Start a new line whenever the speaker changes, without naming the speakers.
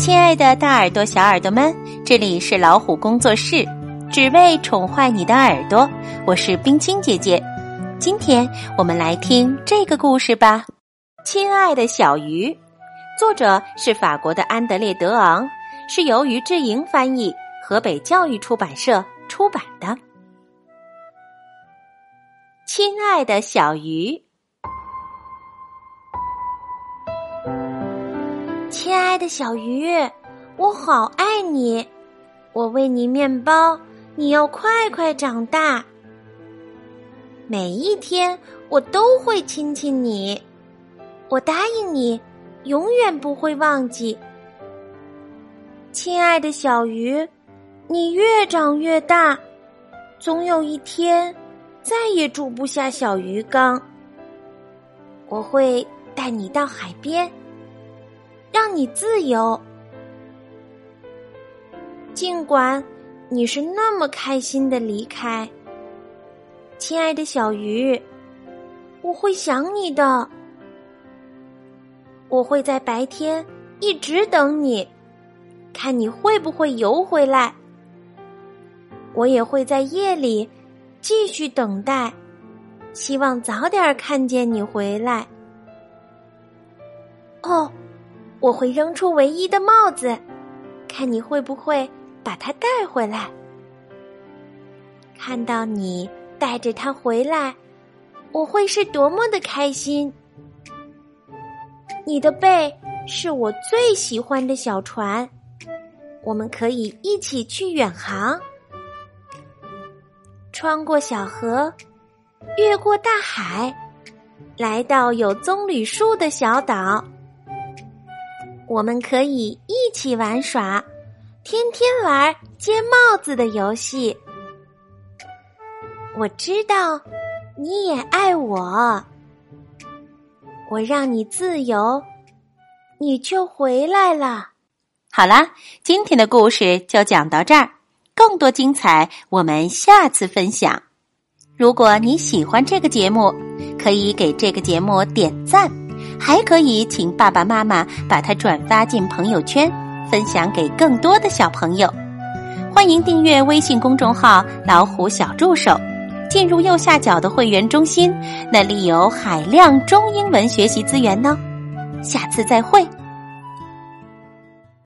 亲爱的大耳朵小耳朵们，这里是老虎工作室，只为宠坏你的耳朵，我是冰清姐姐。今天我们来听这个故事吧。亲爱的小鱼，作者是法国的安德烈·德昂，是由于志莹翻译，河北教育出版社出版的。亲爱的小鱼，
亲爱的小鱼，我好爱你，我喂你面包，你要快快长大。每一天我都会亲亲你，我答应你，永远不会忘记。亲爱的小鱼，你越长越大，总有一天再也住不下小鱼缸。我会带你到海边，让你自由。尽管你是那么开心地离开，亲爱的小鱼，我会想你的。我会在白天一直等你，看你会不会游回来。我也会在夜里继续等待，希望早点看见你回来。哦，我会扔出唯一的帽子，看你会不会把它带回来。看到你带着它回来，我会是多么的开心。你的背是我最喜欢的小船，我们可以一起去远航，穿过小河，越过大海，来到有棕榈树的小岛。我们可以一起玩耍，天天玩接帽子的游戏。我知道你也爱我，我让你自由，你就回来了。
好啦，今天的故事就讲到这儿，更多精彩我们下次分享。如果你喜欢这个节目，可以给这个节目点赞，还可以请爸爸妈妈把它转发进朋友圈，分享给更多的小朋友。欢迎订阅微信公众号老虎小助手，进入右下角的会员中心，那里有海量中英文学习资源呢。下次再会。